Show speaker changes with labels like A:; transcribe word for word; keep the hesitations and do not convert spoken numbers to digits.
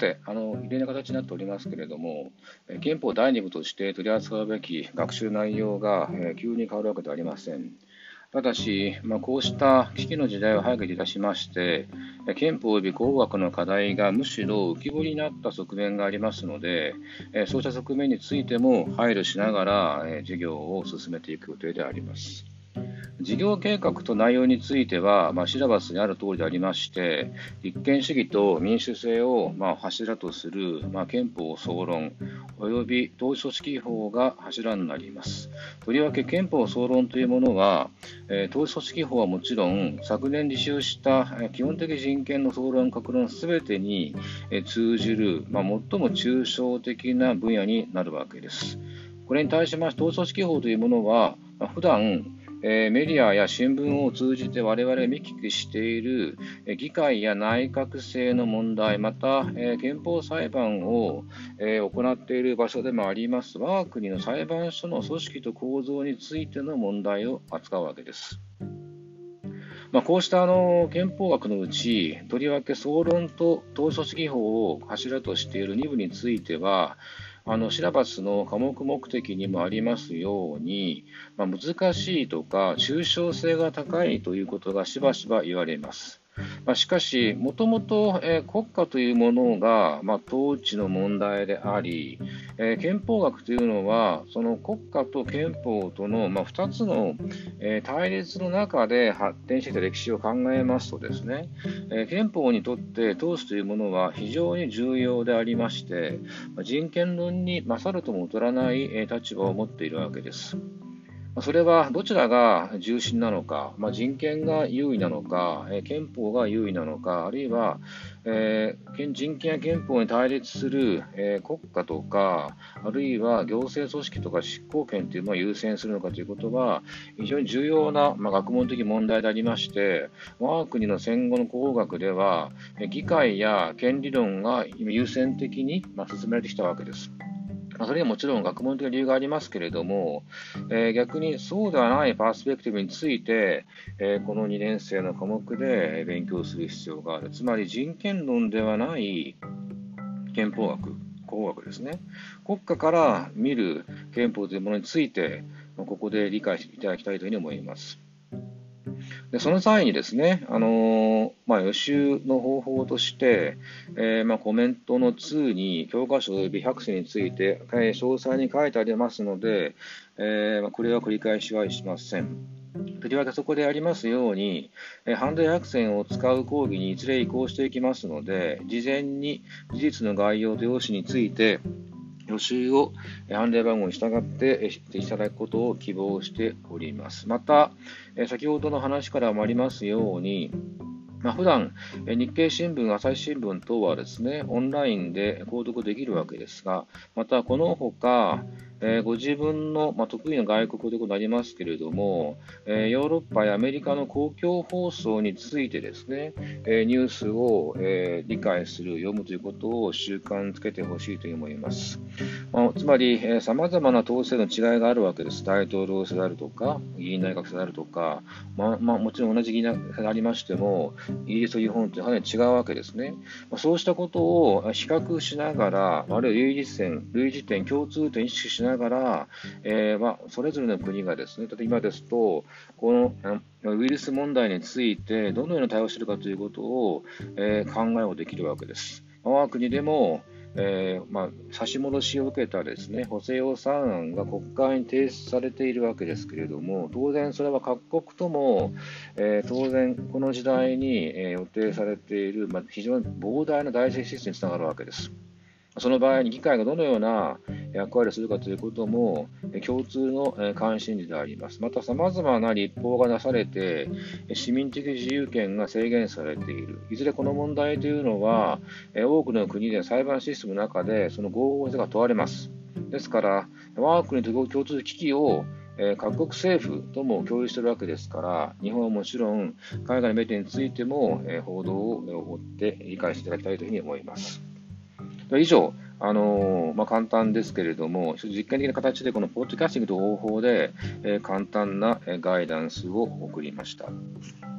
A: て、あの異例な形になっておりますけれども、憲法だいに部として取り扱うべき学習内容が急に変わるわけではありません。ただし、まあ、こうした危機の時代を背景にいたしまして、憲法及び考古学の課題がむしろ浮き彫りになった側面がありますので、そうした側面についても配慮しながら授業を進めていく予定であります。事業計画と内容については、まあ、シラバスにある通りでありまして、立憲主義と民主制をまあ柱とする、まあ、憲法総論および統一組織法が柱になります。とりわけ憲法総論というものは、えー、統一組織法はもちろん、昨年履修した基本的人権の総論、各論すべてに通じる、まあ、最も抽象的な分野になるわけです。これに対しまして、統一組織法というものは、まあ、普段メディアや新聞を通じて我々が見聞きしている議会や内閣制の問題、また憲法裁判を行っている場所でもあります我が国の裁判所の組織と構造についての問題を扱うわけです。まあ、こうしたあの憲法学のうち、とりわけ総論と統一組織法を柱としているに部については、あのシラバスの科目目的にもありますように、まあ、難しいとか抽象性が高いということがしばしば言われます。まあ、しかし、もともと国家というものが、まあ、統治の問題であり、えー、憲法学というのは、その国家と憲法との、まあ、ふたつの、えー、対立の中で発展してきた歴史を考えますとですね、えー、憲法にとって統治というものは非常に重要でありまして、人権論に勝るとも劣らない立場を持っているわけです。それはどちらが重心なのか、まあ、人権が優位なのか、憲法が優位なのか、あるいは、えー、人権や憲法に対立する、えー、国家とか、あるいは行政組織とか執行権というのを優先するのかということは、非常に重要な、まあ、学問的問題でありまして、我が国の戦後の考古学では、議会や権利論が優先的に、まあ、進められてきたわけです。それにはもちろん学問的な理由がありますけれども、えー、逆にそうではないパースペクティブについて、えー、このにねん生の科目で勉強する必要がある。つまり人権論ではない憲法学、考古学ですね。国家から見る憲法というものについて、ここで理解していただきたいというふうに思います。でその際にですね、あのーまあ、予習の方法として、えーまあ、コメントのにに教科書及び百選について、えー詳細に書いてありますので、えーまあ、これは繰り返しはしません。とりわけそこでありますように、えー、ハンデ百選を使う講義に一例移行していきますので、事前に事実の概要と要旨について、予習を判例番号に従ってしていただくことを希望しております。また、先ほどの話からもありますように、まあ、普段日経新聞、朝日新聞等はですね、オンラインで購読できるわけですが、またこのほか、えー、ご自分の、まあ、得意な外国語ということになりますけれども、えー、ヨーロッパやアメリカの公共放送についてですね、えー、ニュースを、えー、理解する、読むということを習慣づけてほしいと思います。まあ、つまり、さまざまな統制の違いがあるわけです。大統領制であるとか、議院内閣制であるとか、まあまあ、もちろん同じ議員内閣制でありましても、イギリスと日本というのは違うわけですね。まあ、そうしたことを比較しながら、あるいは類似点、類似点、共通点を意識しながら、えーまあ、それぞれの国がですね、例えば今ですと、このウイルス問題についてどのような対応をしているかということを、えー、考えをできるわけです。我が国でもえーまあ、差し戻しを受けたですね、補正予算案が国会に提出されているわけですけれども、当然それは各国とも、えー、当然この時代に、えー、予定されている、まあ、非常に膨大な財政支出につながるわけです。その場合に議会がどのような役割をするかということも共通の関心事であります。また、さまざまな立法がなされて、市民的自由権が制限されている。いずれこの問題というのは、多くの国で裁判システムの中でその合法性が問われます。ですから、我が国と共通危機を各国政府とも共有しているわけですから、日本はもちろん海外のメディアについても報道を追って理解していただきたいというふうに思います。以上、あのーまあ、簡単ですけれども、実験的な形でこのポッドキャスティングと方法で、えー、簡単なガイダンスを送りました。